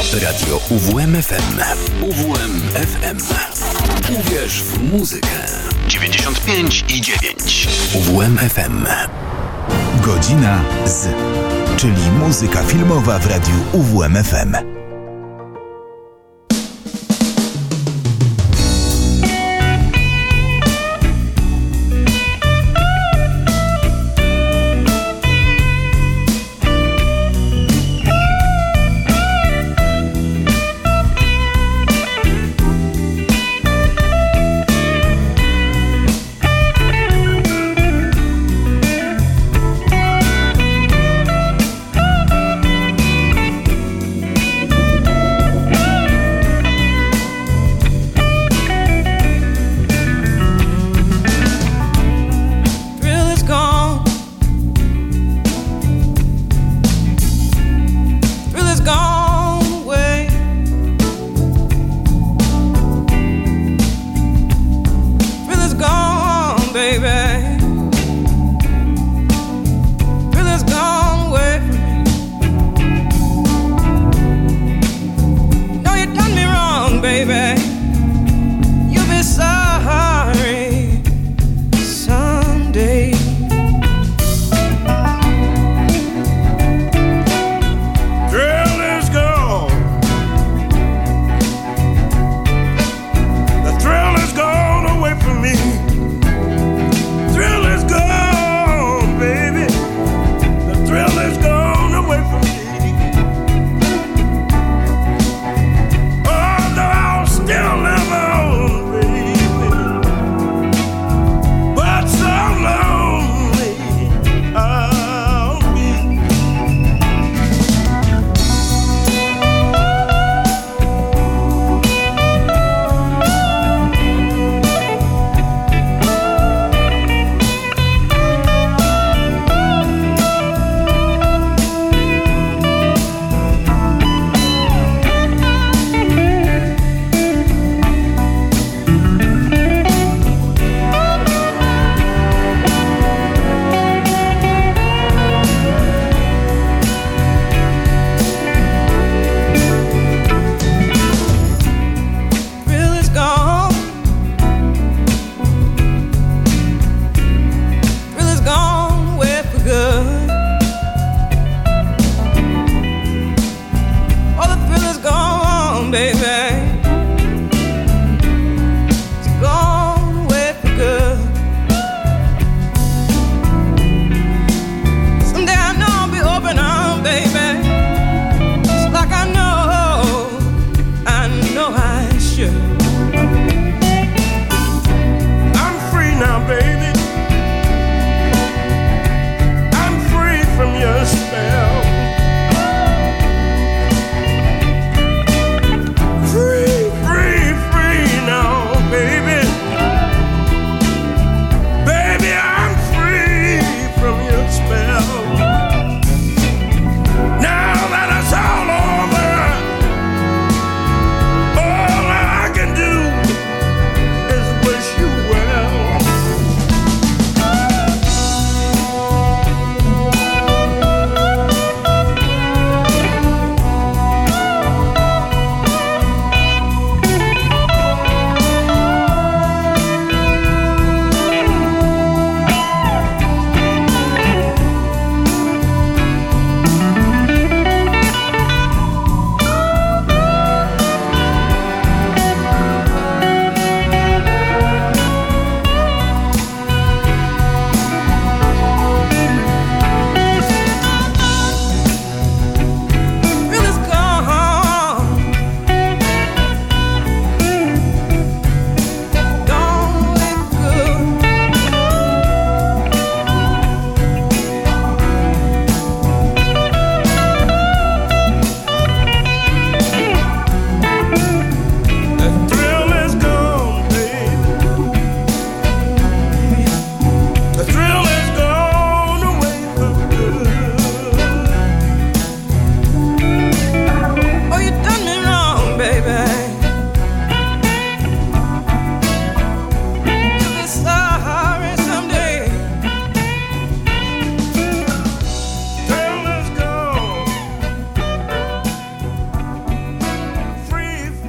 Radio UWMFM. UWMFM. Uwierz w muzykę. 95,9. UWMFM. Godzina z, czyli muzyka filmowa w Radiu UWMFM.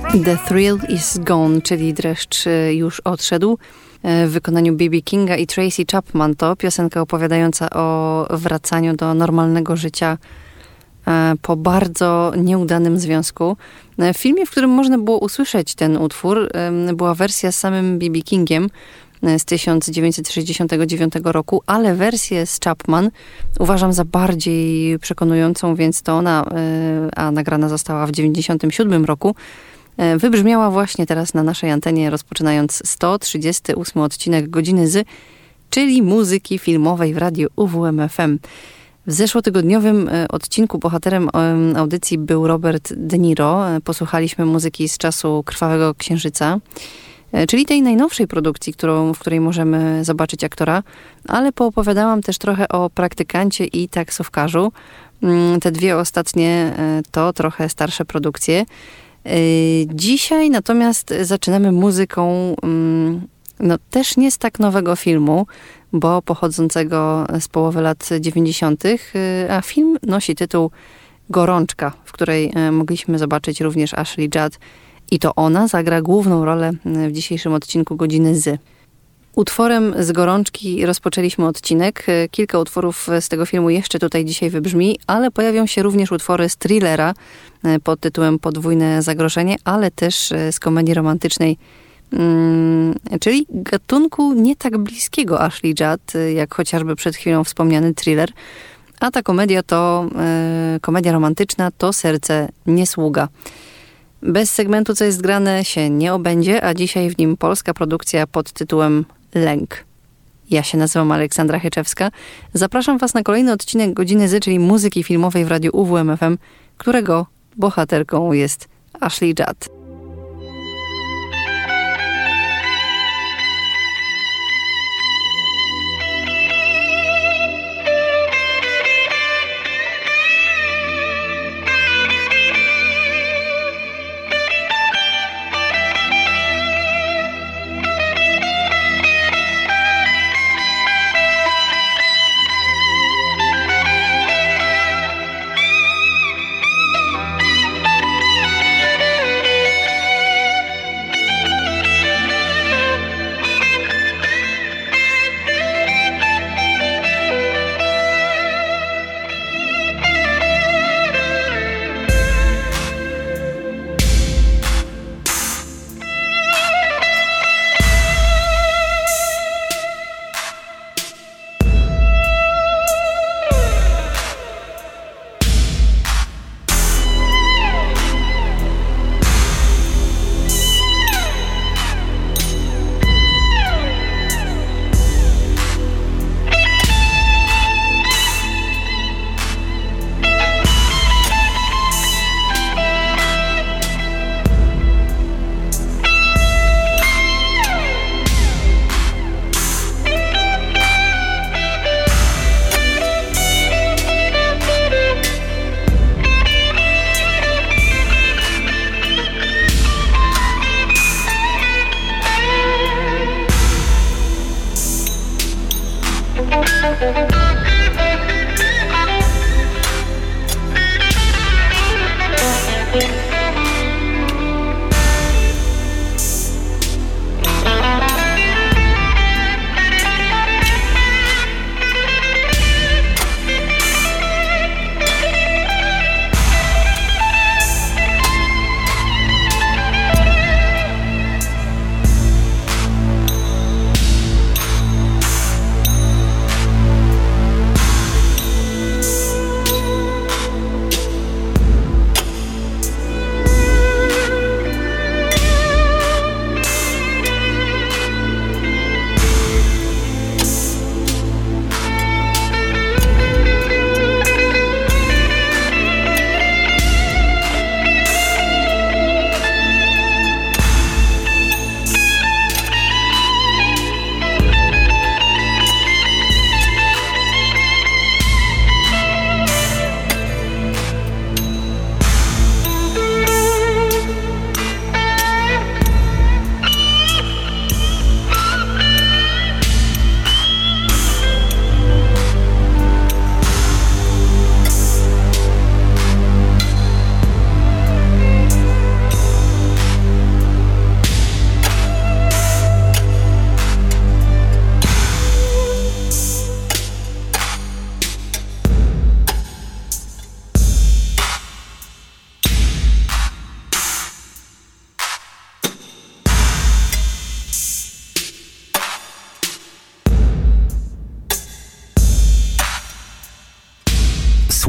The Thrill is Gone, czyli dreszcz już odszedł. W wykonaniu B.B. Kinga i Tracy Chapman to piosenka opowiadająca o wracaniu do normalnego życia po bardzo nieudanym związku. W filmie, w którym można było usłyszeć ten utwór, była wersja z samym B.B. Kingiem z 1969 roku, ale wersję z Chapman uważam za bardziej przekonującą, więc to ona, a nagrana została w 1997 roku, wybrzmiała właśnie teraz na naszej antenie, rozpoczynając 138 odcinek Godziny Z, czyli muzyki filmowej w radiu UWM-FM. W zeszłotygodniowym odcinku bohaterem audycji był Robert De Niro. Posłuchaliśmy muzyki z czasu Krwawego Księżyca, czyli tej najnowszej produkcji, w której możemy zobaczyć aktora, ale poopowiadałam też trochę o Praktykancie i Taksówkarzu. Te dwie ostatnie to trochę starsze produkcje. Dzisiaj natomiast zaczynamy muzyką też nie z tak nowego filmu, bo pochodzącego z połowy lat 90., a film nosi tytuł Gorączka, w której mogliśmy zobaczyć również Ashley Judd i to ona zagra główną rolę w dzisiejszym odcinku Godziny Z. Utworem z Gorączki rozpoczęliśmy odcinek. Kilka utworów z tego filmu jeszcze tutaj dzisiaj wybrzmi, ale pojawią się również utwory z thrillera pod tytułem Podwójne zagrożenie, ale też z komedii romantycznej, czyli gatunku nie tak bliskiego Ashley Judd, jak chociażby przed chwilą wspomniany thriller. A ta komedia to komedia romantyczna, to Serce nie sługa. Bez segmentu Co jest grane się nie obędzie, a dzisiaj w nim polska produkcja pod tytułem Lęk. Ja się nazywam Aleksandra Heczewska. Zapraszam Was na kolejny odcinek Godziny Z, czyli muzyki filmowej w radiu UWM-FM, którego bohaterką jest Ashley Judd.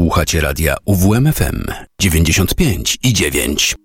Słuchacie radia UWMFM 95,9.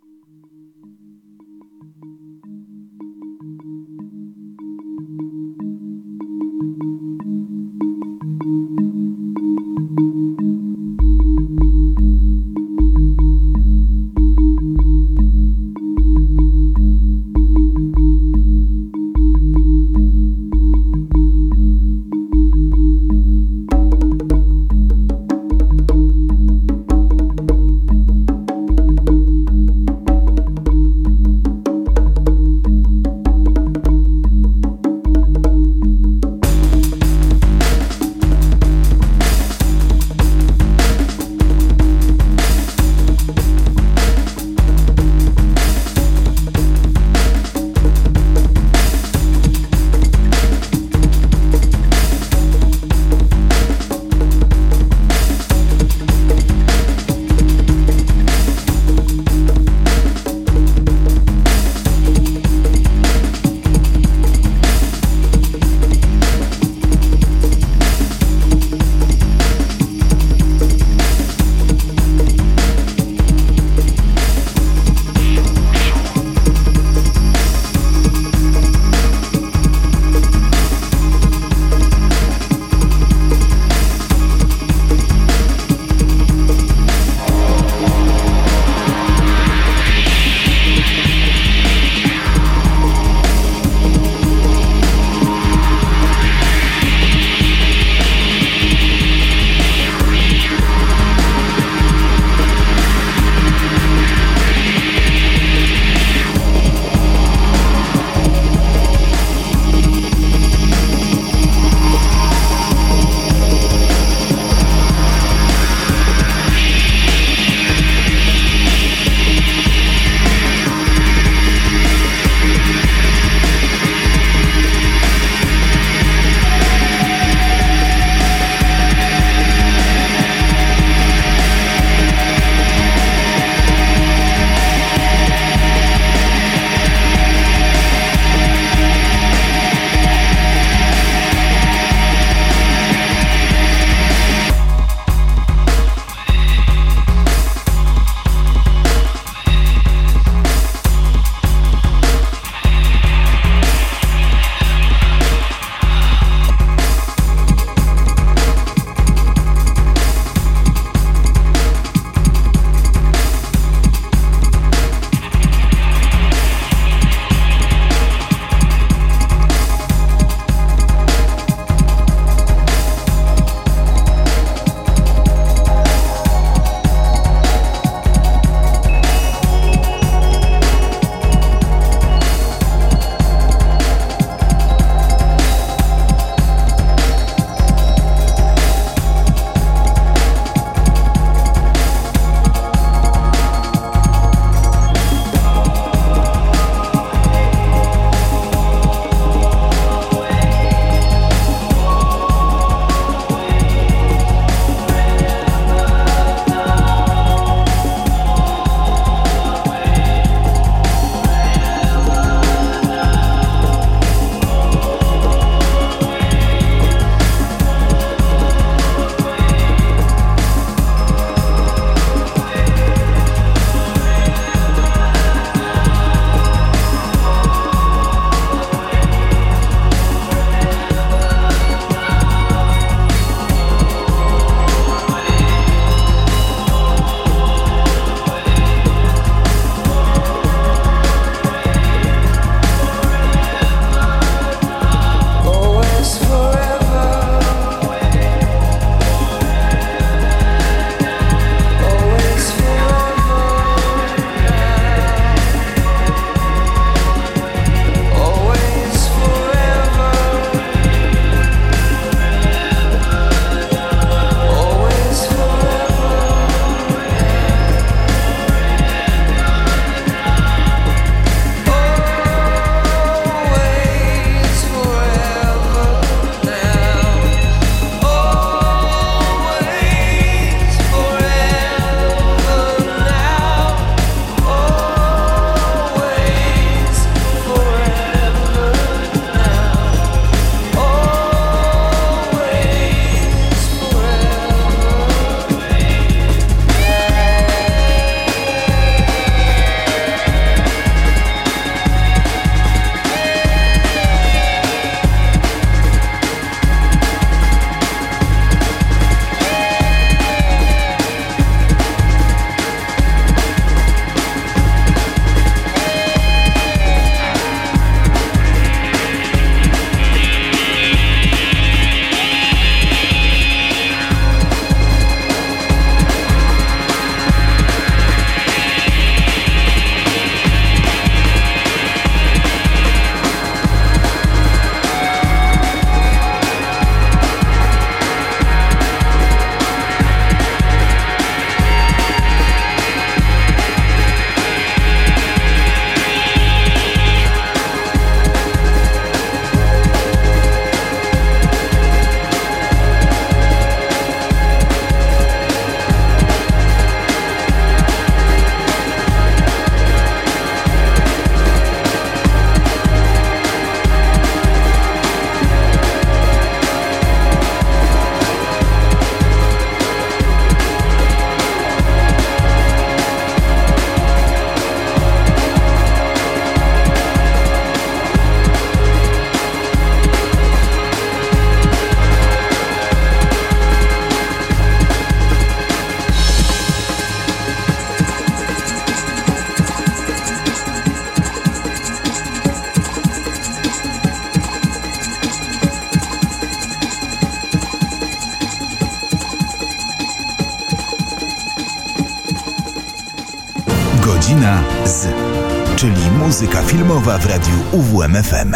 Godzina z, czyli muzyka filmowa w radiu UWMFM.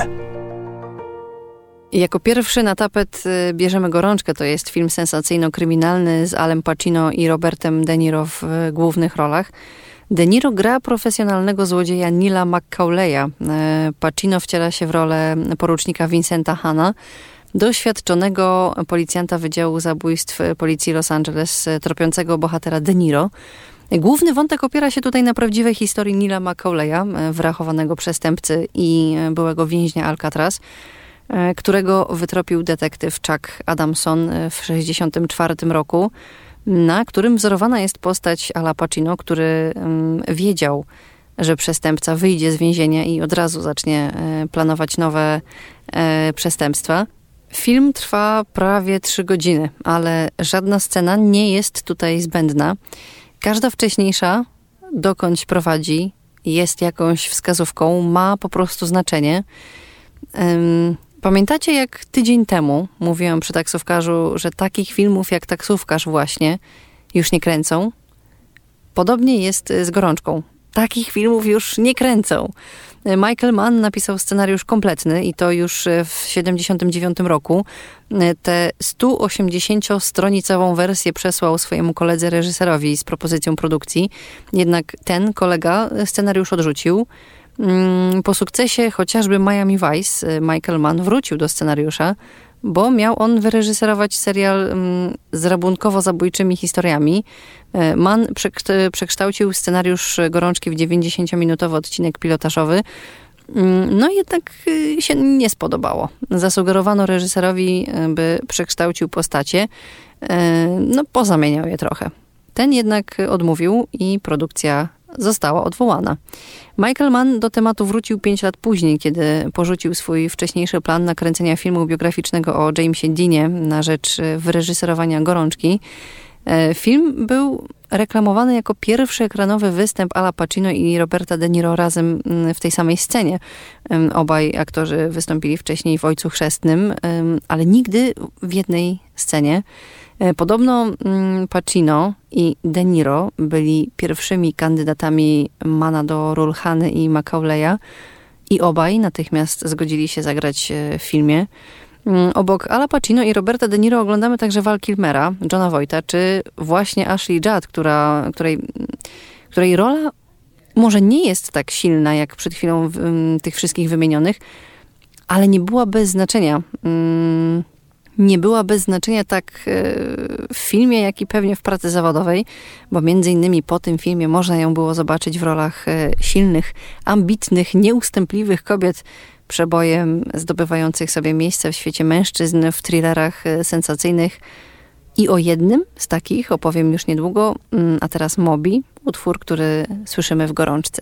Jako pierwszy na tapet bierzemy Gorączkę. To jest film sensacyjno-kryminalny z Alem Pacino i Robertem De Niro w głównych rolach. De Niro gra profesjonalnego złodzieja Neila McCauleya. Pacino wciela się w rolę porucznika Vincenta Hanna, doświadczonego policjanta Wydziału Zabójstw Policji Los Angeles, tropiącego bohatera De Niro. Główny wątek opiera się tutaj na prawdziwej historii Neila McCauleya, wyrachowanego przestępcy i byłego więźnia Alcatraz, którego wytropił detektyw Chuck Adamson w 1964 roku, na którym wzorowana jest postać Ala Pacino, który wiedział, że przestępca wyjdzie z więzienia i od razu zacznie planować nowe przestępstwa. Film trwa prawie 3 godziny, ale żadna scena nie jest tutaj zbędna. Każda wcześniejsza, dokądś prowadzi, jest jakąś wskazówką, ma po prostu znaczenie. Pamiętacie, jak tydzień temu mówiłam przy taksówkarzu, że takich filmów jak Taksówkarz właśnie już nie kręcą? Podobnie jest z Gorączką. Takich filmów już nie kręcą. Michael Mann napisał scenariusz kompletny i to już w 1979 roku. Tę 180-stronicową wersję przesłał swojemu koledze reżyserowi z propozycją produkcji. Jednak ten kolega scenariusz odrzucił. Po sukcesie chociażby Miami Vice Michael Mann wrócił do scenariusza, bo miał on wyreżyserować serial z rabunkowo-zabójczymi historiami. Mann przekształcił scenariusz Gorączki w 90-minutowy odcinek pilotażowy. No jednak się nie spodobało. Zasugerowano reżyserowi, by przekształcił postacie. No, pozamieniał je trochę. Ten jednak odmówił i produkcja została odwołana. Michael Mann do tematu wrócił 5 lat później, kiedy porzucił swój wcześniejszy plan nakręcenia filmu biograficznego o Jamesie Deanie na rzecz wyreżyserowania Gorączki. Film był reklamowany jako pierwszy ekranowy występ Ala Pacino i Roberta De Niro razem w tej samej scenie. Obaj aktorzy wystąpili wcześniej w Ojcu Chrzestnym, ale nigdy w jednej scenie. Podobno Pacino i De Niro byli pierwszymi kandydatami Manna do ról Hanny i McCauleya i obaj natychmiast zgodzili się zagrać w filmie. Obok Ala Pacino i Roberta De Niro oglądamy także Val Kilmera, Johna Voighta, czy właśnie Ashley Judd, której rola może nie jest tak silna jak przed chwilą tych wszystkich wymienionych, ale nie była bez znaczenia. Nie była bez znaczenia tak w filmie, jak i pewnie w pracy zawodowej, bo między innymi po tym filmie można ją było zobaczyć w rolach silnych, ambitnych, nieustępliwych kobiet, przebojem zdobywających sobie miejsce w świecie mężczyzn w thrillerach sensacyjnych. I o jednym z takich opowiem już niedługo, a teraz Moby, utwór, który słyszymy w Gorączce.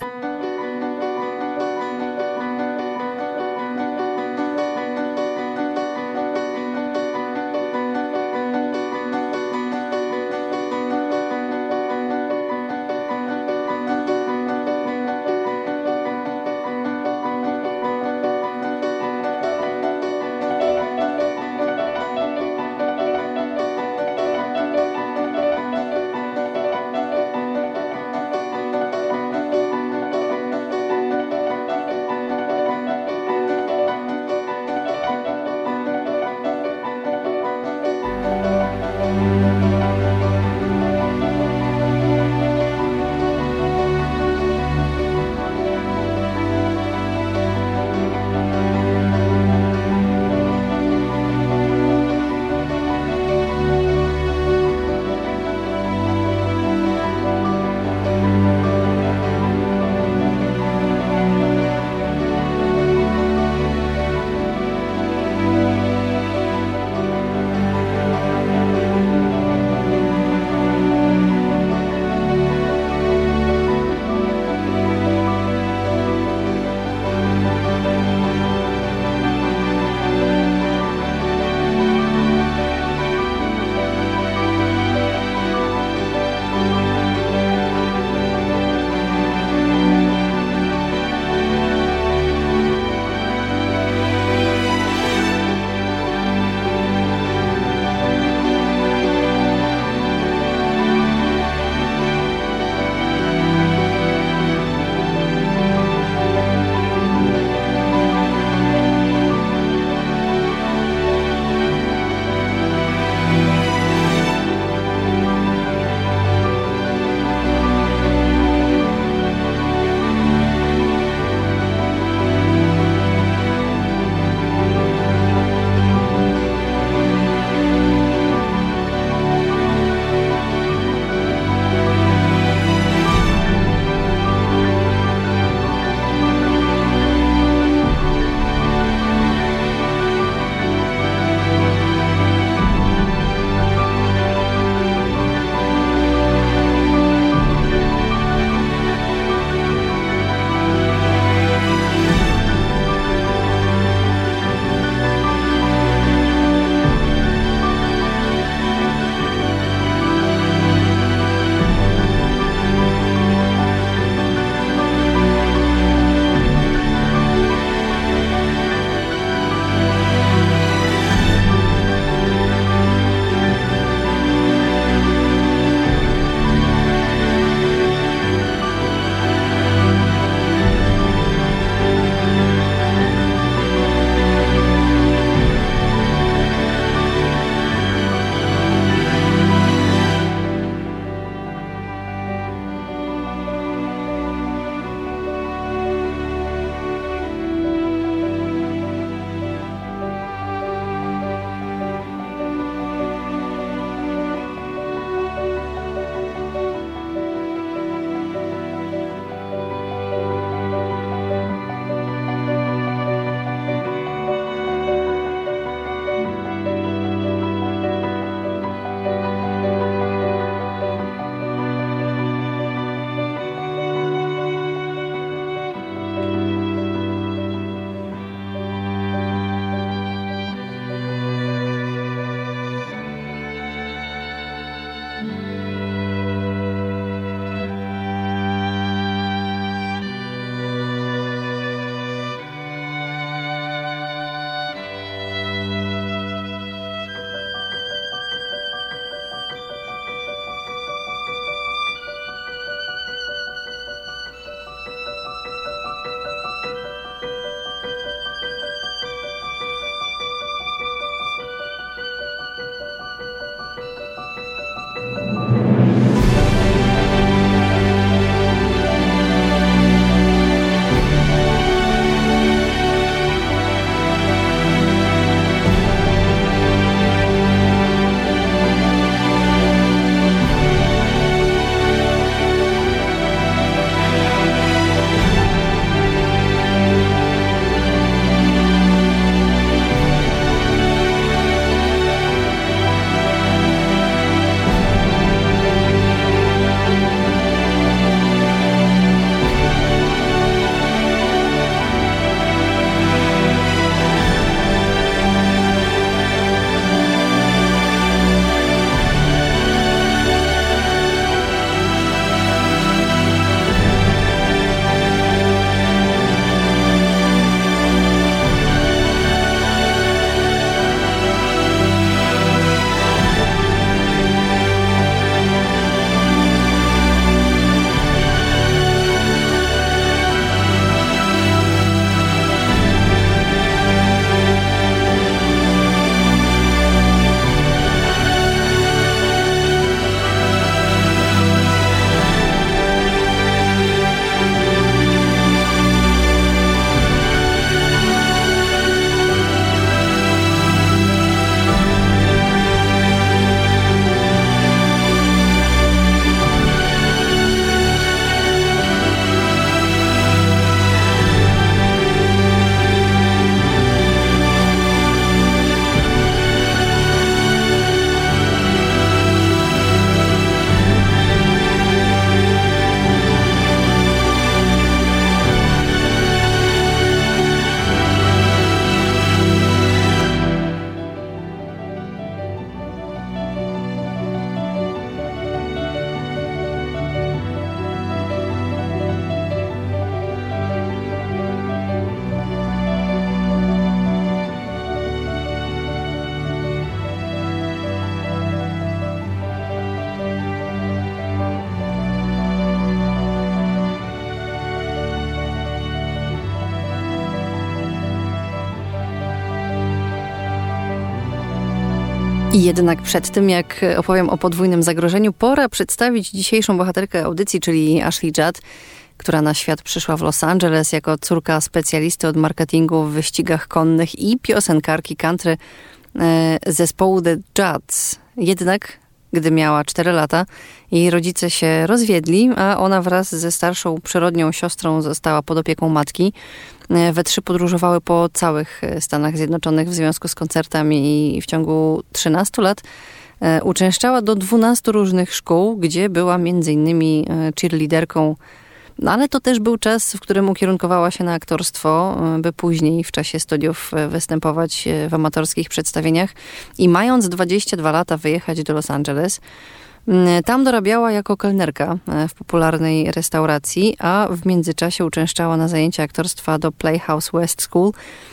Jednak przed tym, jak opowiem o podwójnym zagrożeniu, pora przedstawić dzisiejszą bohaterkę audycji, czyli Ashley Judd, która na świat przyszła w Los Angeles jako córka specjalisty od marketingu w wyścigach konnych i piosenkarki country zespołu The Judds. Jednak, gdy miała 4 lata, jej rodzice się rozwiedli, a ona wraz ze starszą przyrodnią siostrą została pod opieką matki. We 3 podróżowały po całych Stanach Zjednoczonych w związku z koncertami i w ciągu 13 lat uczęszczała do 12 różnych szkół, gdzie była m.in. cheerleaderką. No, ale to też był czas, w którym ukierunkowała się na aktorstwo, by później w czasie studiów występować w amatorskich przedstawieniach i mając 22 lata wyjechać do Los Angeles. Tam dorabiała jako kelnerka w popularnej restauracji, a w międzyczasie uczęszczała na zajęcia aktorstwa do Playhouse West School.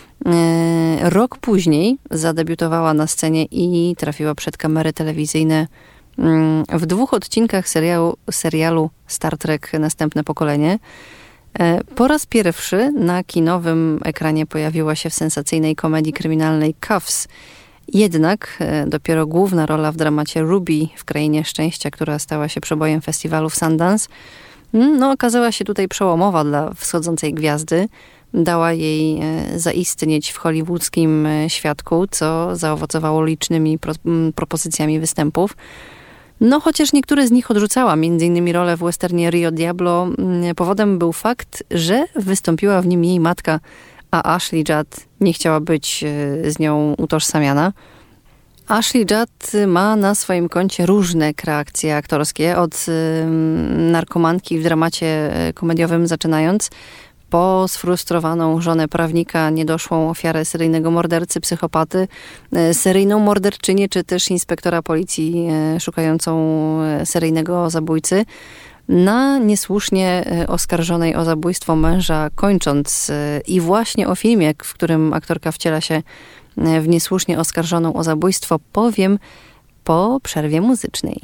Rok później zadebiutowała na scenie i trafiła przed kamery telewizyjne w 2 odcinkach serialu Star Trek Następne Pokolenie. Po raz pierwszy na kinowym ekranie pojawiła się w sensacyjnej komedii kryminalnej Cuffs. Jednak dopiero główna rola w dramacie Ruby w Krainie Szczęścia, która stała się przebojem festiwalu w Sundance, okazała się tutaj przełomowa dla wschodzącej gwiazdy. Dała jej zaistnieć w hollywoodzkim świadku, co zaowocowało licznymi propozycjami występów. Chociaż niektóre z nich odrzucała, m.in. rolę w westernie Rio Diablo, powodem był fakt, że wystąpiła w nim jej matka, a Ashley Judd nie chciała być z nią utożsamiana. Ashley Judd ma na swoim koncie różne kreacje aktorskie, od narkomanki w dramacie komediowym zaczynając, po sfrustrowaną żonę prawnika, niedoszłą ofiarę seryjnego mordercy, psychopaty, seryjną morderczynię, czy też inspektora policji szukającą seryjnego zabójcy, na niesłusznie oskarżonej o zabójstwo męża kończąc. I właśnie o filmie, w którym aktorka wciela się w niesłusznie oskarżoną o zabójstwo, powiem po przerwie muzycznej.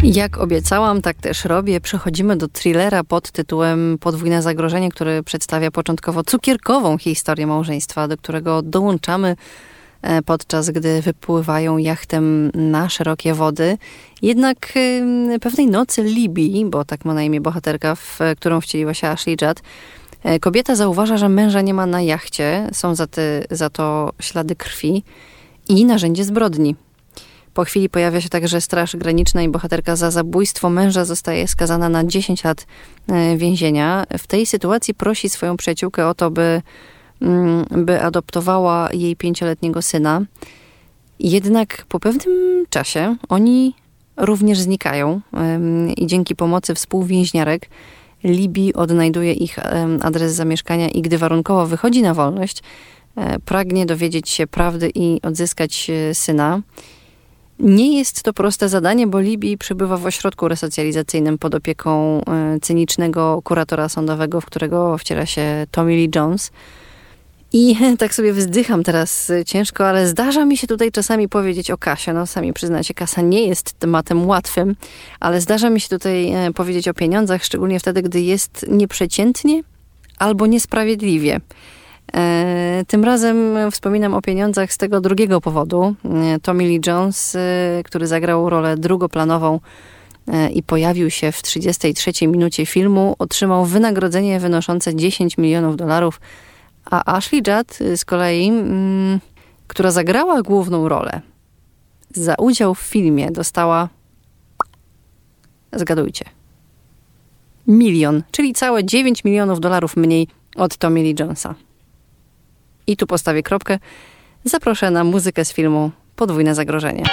Jak obiecałam, tak też robię. Przechodzimy do thrillera pod tytułem Podwójne zagrożenie, który przedstawia początkowo cukierkową historię małżeństwa, do którego dołączamy podczas gdy wypływają jachtem na szerokie wody. Jednak pewnej nocy Libby, bo tak ma na imię bohaterka, w którą wcieliła się Ashley Judd, kobieta zauważa, że męża nie ma na jachcie. Są za to ślady krwi i narzędzie zbrodni. Po chwili pojawia się także Straż Graniczna i bohaterka za zabójstwo męża zostaje skazana na 10 lat więzienia. W tej sytuacji prosi swoją przyjaciółkę o to, by adoptowała jej 5-letniego syna. Jednak po pewnym czasie oni również znikają i dzięki pomocy współwięźniarek Libby odnajduje ich adres zamieszkania i gdy warunkowo wychodzi na wolność, pragnie dowiedzieć się prawdy i odzyskać syna. Nie jest to proste zadanie, bo Libby przebywa w ośrodku resocjalizacyjnym pod opieką cynicznego kuratora sądowego, w którego wciela się Tommy Lee Jones. I tak sobie wzdycham teraz ciężko, ale zdarza mi się tutaj czasami powiedzieć o kasie. No sami przyznacie, kasa nie jest tematem łatwym, ale zdarza mi się tutaj powiedzieć o pieniądzach, szczególnie wtedy, gdy jest nieprzeciętnie albo niesprawiedliwie. Tym razem wspominam o pieniądzach z tego drugiego powodu. Tommy Lee Jones, który zagrał rolę drugoplanową i pojawił się w 33 minucie filmu, otrzymał wynagrodzenie wynoszące $10 milionów, a Ashley Judd z kolei, która zagrała główną rolę, za udział w filmie dostała, zgadujcie, $1 milion, czyli całe $9 milionów mniej od Tommy Lee Jonesa. I tu postawię kropkę. Zaproszę na muzykę z filmu Podwójne zagrożenie.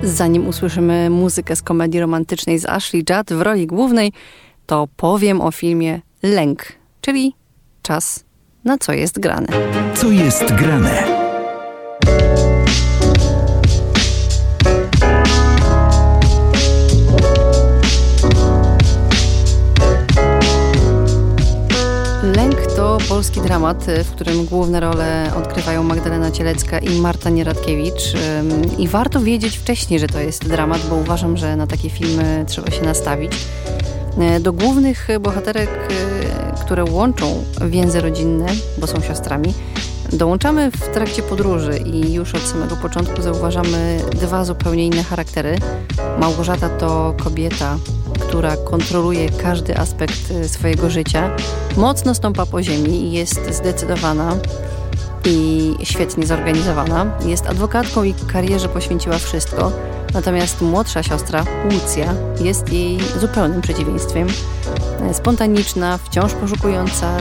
Zanim usłyszymy muzykę z komedii romantycznej z Ashley Judd w roli głównej, to powiem o filmie Lęk, czyli czas na co jest grane. Co jest grane? Lęk to polski dramat, w którym główne role odgrywają Magdalena Cielecka i Marta Nieradkiewicz. I warto wiedzieć wcześniej, że to jest dramat, bo uważam, że na takie filmy trzeba się nastawić. Do głównych bohaterek, które łączą więzy rodzinne, bo są siostrami, dołączamy w trakcie podróży i już od samego początku zauważamy dwa zupełnie inne charaktery. Małgorzata to kobieta, która kontroluje każdy aspekt swojego życia, mocno stąpa po ziemi i jest zdecydowana i świetnie zorganizowana. Jest adwokatką i karierze poświęciła wszystko. Natomiast młodsza siostra, Łucja, jest jej zupełnym przeciwieństwem. Spontaniczna, wciąż poszukująca,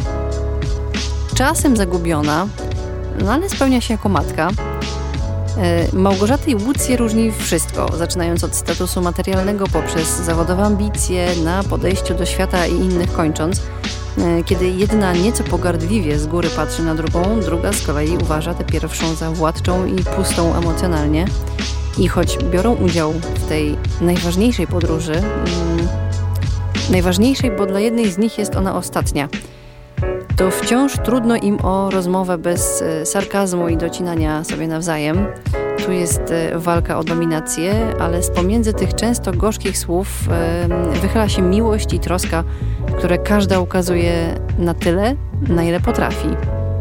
czasem zagubiona, no ale spełnia się jako matka. Małgorzatę i Łucję różni wszystko, zaczynając od statusu materialnego poprzez zawodowe ambicje, na podejściu do świata i innych kończąc. Kiedy jedna nieco pogardliwie z góry patrzy na drugą, druga z kolei uważa tę pierwszą za władczą i pustą emocjonalnie. I choć biorą udział w tej najważniejszej podróży, najważniejszej, bo dla jednej z nich jest ona ostatnia, to wciąż trudno im o rozmowę bez sarkazmu i docinania sobie nawzajem. Tu jest walka o dominację, ale z pomiędzy tych często gorzkich słów wychyla się miłość i troska, które każda ukazuje na tyle, na ile potrafi.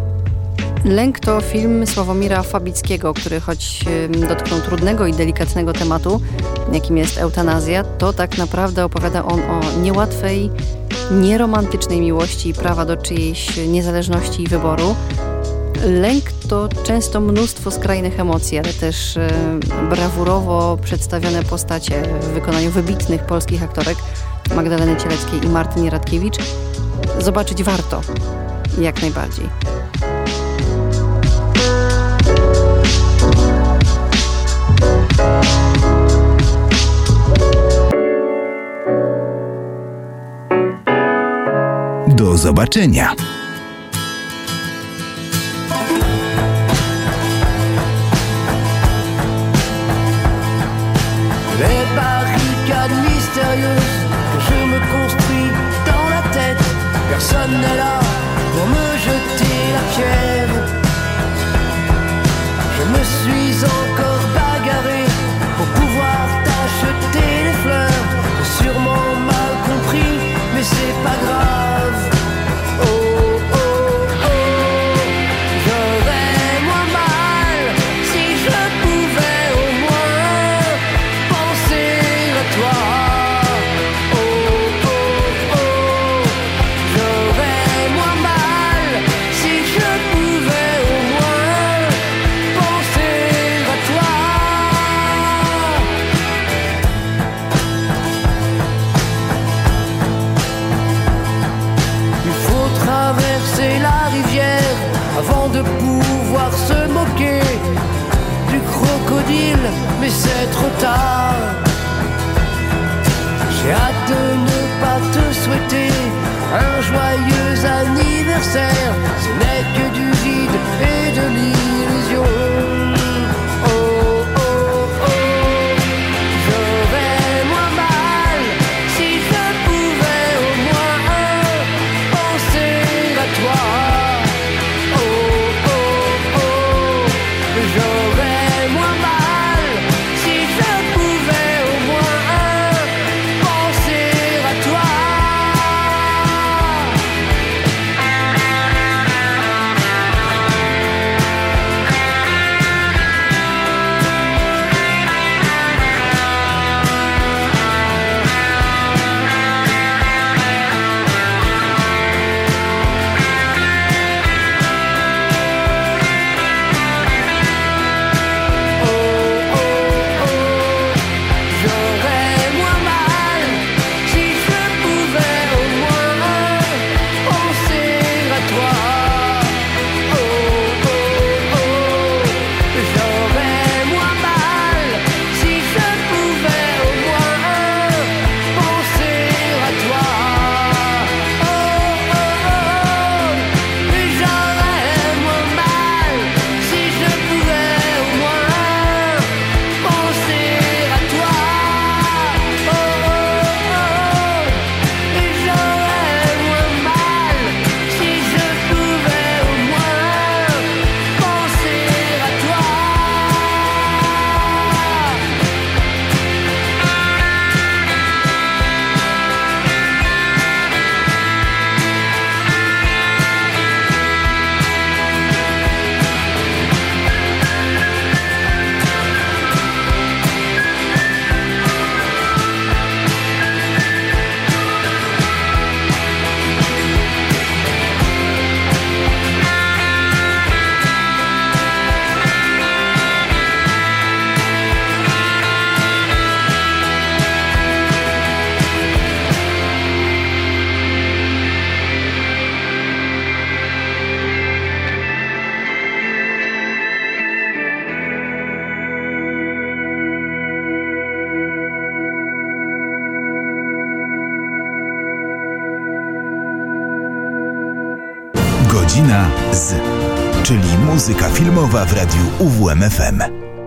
Lęk to film Sławomira Fabickiego, który choć dotknął trudnego i delikatnego tematu, jakim jest eutanazja, to tak naprawdę opowiada on o niełatwej, nieromantycznej miłości i prawa do czyjejś niezależności i wyboru. Lęk to często mnóstwo skrajnych emocji, ale też brawurowo przedstawione postacie w wykonaniu wybitnych polskich aktorek Magdaleny Cieleckiej i Marty Nieradkiewicz. Zobaczyć warto, jak najbardziej. Do zobaczenia. Les barricades mystérieuses que je me construis dans la tête, personne n'est là pour me jeter la pierre. Je me suis encore bagarré pour pouvoir t'acheter les fleurs. J'ai sûrement mal compris, mais c'est pas grave. Oh, oh, oh, j'aurais moins mal si je pouvais au moins penser à toi. Oh, oh, oh, j'aurais moins mal si je pouvais au moins penser à toi. Il faut traverser la rivière avant de pouvoir se moquer du crocodile, mais c'est trop tard. J'ai hâte de ne pas te souhaiter un joyeux anniversaire. Ce n'est que du vide et de l'illusion. Oh, oh, oh, j'aurais moins mal si je pouvais au moins penser à toi. Oh, oh, oh, j'aurais moins mal si je pouvais au moins penser à toi. Godzina z, czyli muzyka filmowa w radiu UWMFM.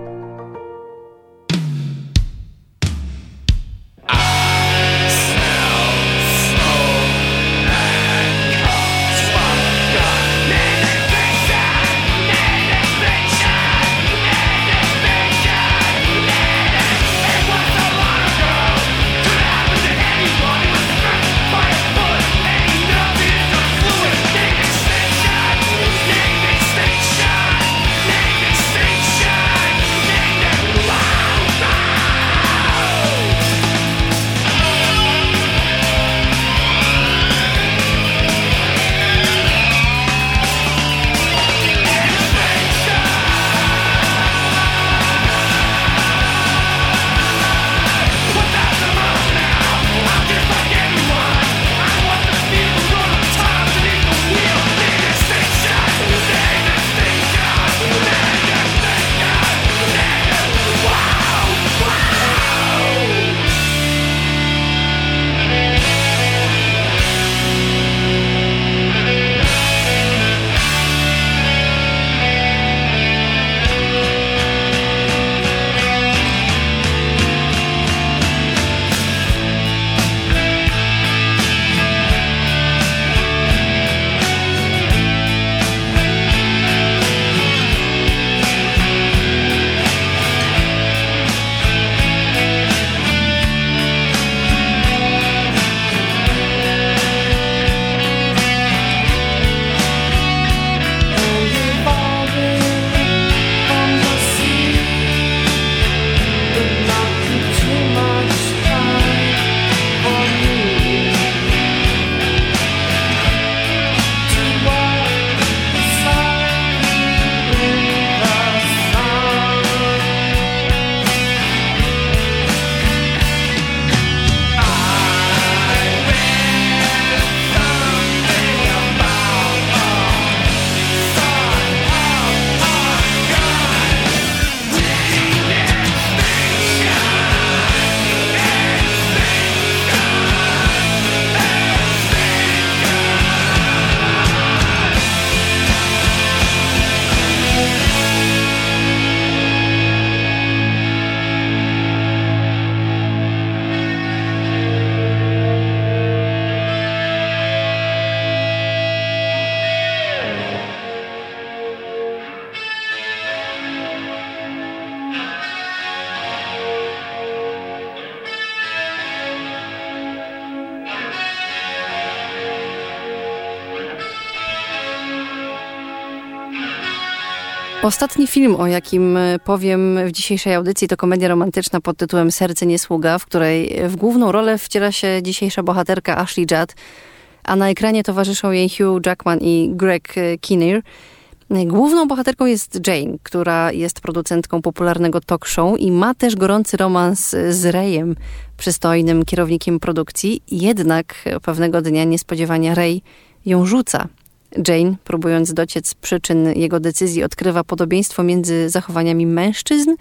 Ostatni film, o jakim powiem w dzisiejszej audycji, to komedia romantyczna pod tytułem Serce nie sługa, w której w główną rolę wciela się dzisiejsza bohaterka Ashley Judd, a na ekranie towarzyszą jej Hugh Jackman i Greg Kinnear. Główną bohaterką jest Jane, która jest producentką popularnego talk show i ma też gorący romans z Rayem, przystojnym kierownikiem produkcji. Jednak pewnego dnia niespodziewanie Ray ją rzuca. Jane, próbując dociec przyczyn jego decyzji, odkrywa podobieństwo między zachowaniami mężczyzn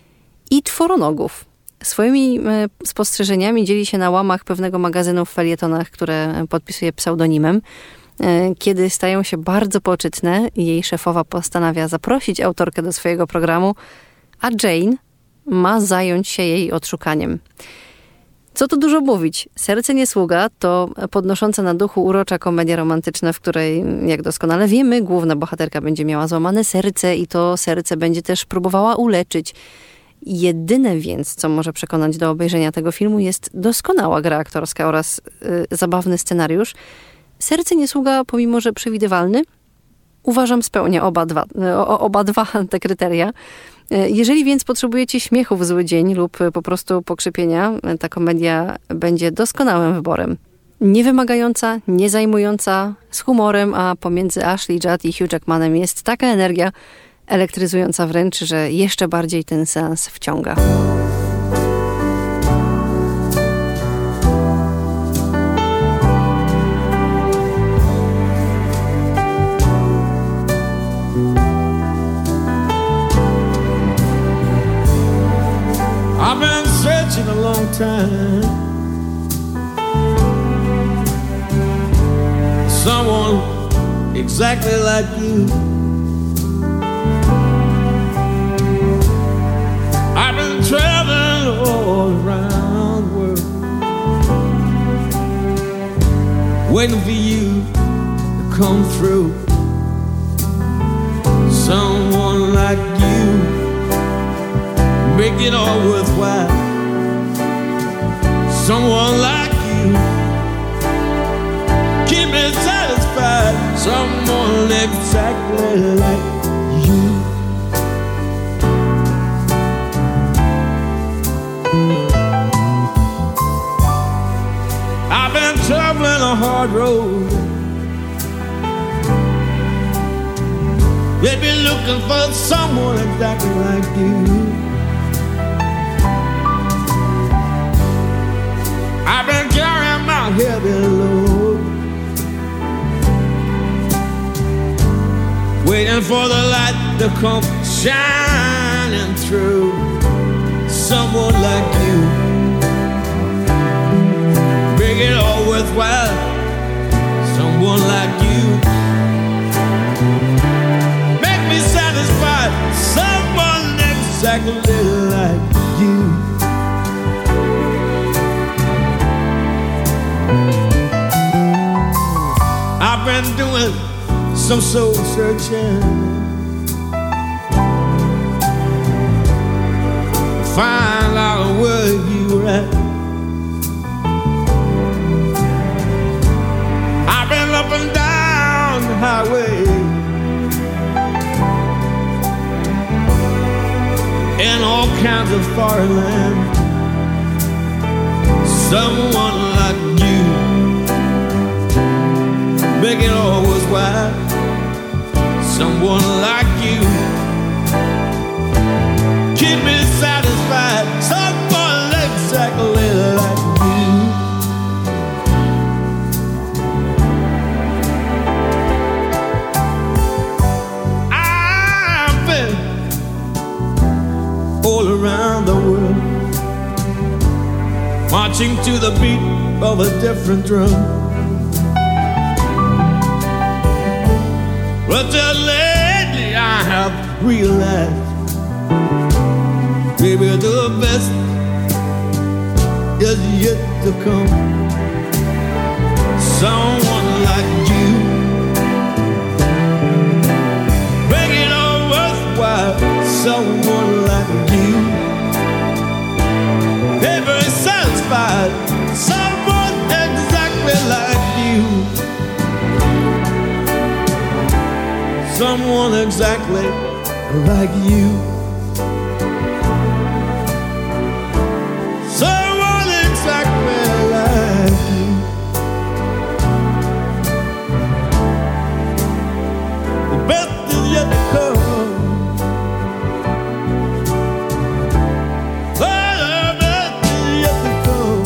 i czworonogów. Swoimi spostrzeżeniami dzieli się na łamach pewnego magazynu w felietonach, które podpisuje pseudonimem. Kiedy stają się bardzo poczytne, jej szefowa postanawia zaprosić autorkę do swojego programu, a Jane ma zająć się jej odszukaniem. Co tu dużo mówić? Serce nie sługa to podnosząca na duchu urocza komedia romantyczna, w której, jak doskonale wiemy, główna bohaterka będzie miała złamane serce i to serce będzie też próbowała uleczyć. Jedyne więc, co może przekonać do obejrzenia tego filmu, jest doskonała gra aktorska oraz zabawny scenariusz. Serce nie sługa, pomimo że przewidywalny, uważam spełnia oba dwa te kryteria. Jeżeli więc potrzebujecie śmiechu w zły dzień lub po prostu pokrzypienia, ta komedia będzie doskonałym wyborem. Niewymagająca, niezajmująca, z humorem, a pomiędzy Ashley Judd i Hugh Jackmanem jest taka energia elektryzująca wręcz, że jeszcze bardziej ten seans wciąga. I've been searching a long time, someone exactly like you. I've been traveling all around the world, waiting for you to come through. Someone like you make it all worthwhile. Someone like you keep me satisfied. Someone exactly like you. I've been traveling a hard road, they've been looking for someone exactly like you. I've been carrying my heavy load, waiting for the light to come shining through. Someone like you make it all worthwhile. Someone like you make me satisfied. Someone exactly like you. I've been doing some soul searching, find out where you were at. I've been up and down the highway, in all kinds of foreign lands. Someone like you make it all worthwhile. Someone like you keep me satisfied. Someone exactly like you. I've been all around the world, marching to the beat of a different drum. But just lately I have realized, maybe the best is yet to come. Someone like you make it all worthwhile. Someone like you, they're very satisfied. Someone exactly like you. Someone exactly like you. Someone exactly like you. The best is yet to come. The best is yet to come.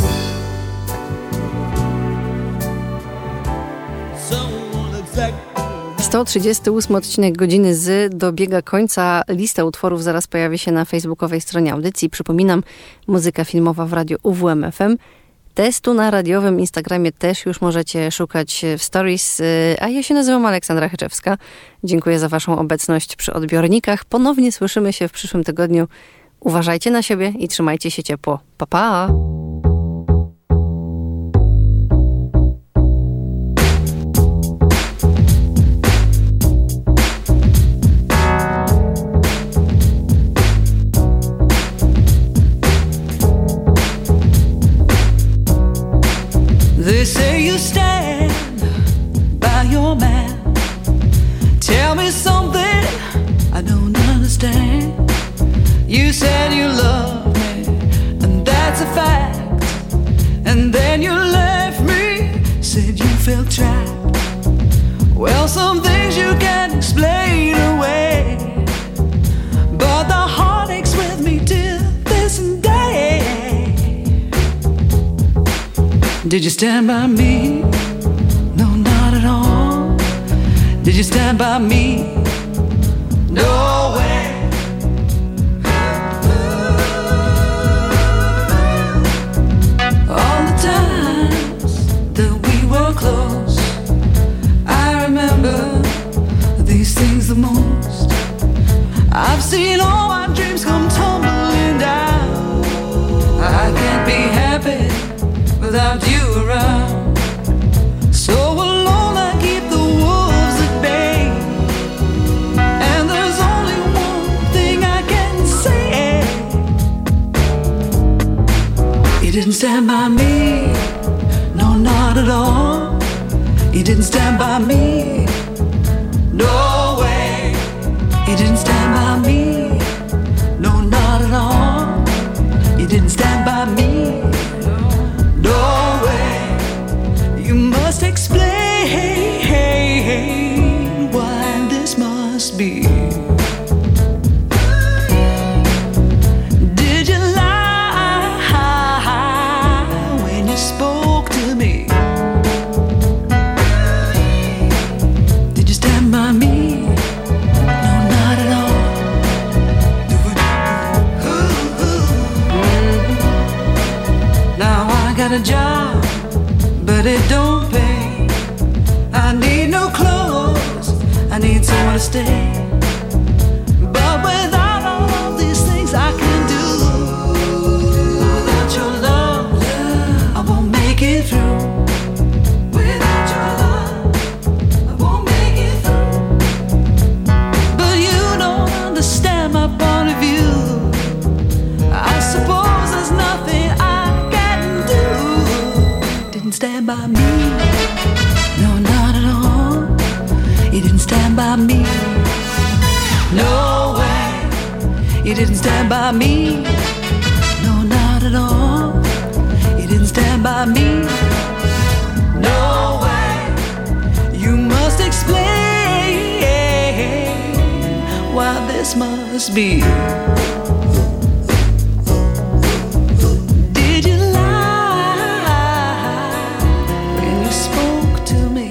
Someone exactly. 138 odcinek Godziny Z dobiega końca. Lista utworów zaraz pojawi się na facebookowej stronie audycji. Przypominam, muzyka filmowa w radiu UWM-FM. Testu na radiowym Instagramie też już możecie szukać w stories. A ja się nazywam Aleksandra Heczewska. Dziękuję za waszą obecność przy odbiornikach. Ponownie słyszymy się w przyszłym tygodniu. Uważajcie na siebie i trzymajcie się ciepło. Pa, pa! They say you stand by your man. Tell me something I don't understand. You said you love me, and that's a fact. And then you left me, said you felt trapped. Well, some things you can't explain away, but the heartache's with me till this day. Did you stand by me? No, not at all. Did you stand by me? No way. All the times that we were close, I remember seen all my dreams come tumbling down. I can't be happy without you around. So alone I keep the wolves at bay. And there's only one thing I can say. You didn't stand by me, no, not at all. You didn't stand by me, no way. You didn't stand by me, no, not at all. You didn't stand by me, no way. You must explain why this must be. Did you lie when you spoke to me? Did you stand by me? No, not at all. Now I got a job, but it don't pay. I need no clothes, I need somewhere to stay. But without all of these things I can do, without your love, I won't make it through. Without your love, I won't make it through. But you don't understand my point of view. I suppose there's nothing I can do. Didn't stand by me, no, not at all. You didn't stand by me, no way. You didn't stand by me, no, not at all. You didn't stand by me, no way. You must explain why this must be. Did you lie when you spoke to me?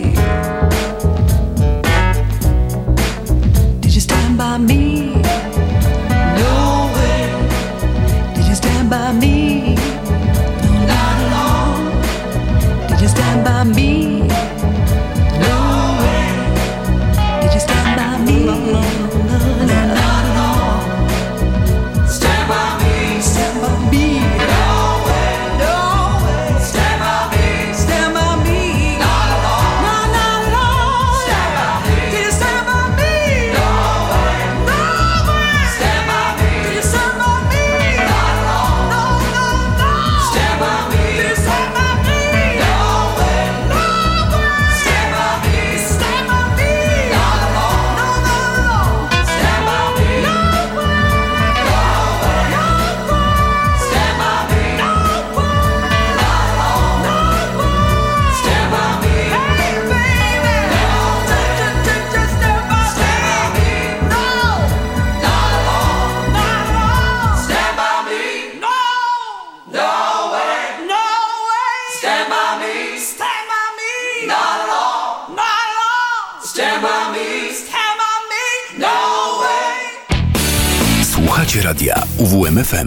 Did you stand by me? No way. Did you stand by me? No, not at all. Did you stand by me? No way. Did you stand by me? No, not at all. Stand by me. Stand by me. No way. No way. Stand by me. Stand by me. Not at all. No, not at all. Stand by me. Did you stand by me? No way. No way. Stand by me. Did you stand by me? Not at all. No, no, no. Stand by me. Did you stand by me? No way. No way. Stand by me. Stand by me. Not at all. No, no, no. Stand by me. No way. No way. No way. Stand by me. No way. Not at all. No way. Stand by me. Hey, baby. No way. Just stand by me. No. Not at all. Not at all. Stand by me. No. No way. No way. Stand by me. Stand by me. Not at all. Not at all. Stand by me. Stand by me. No way. Słuchacie radia UWMFM.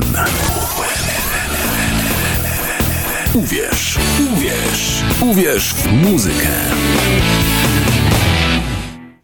Uwierz, uwierz, uwierz w muzykę.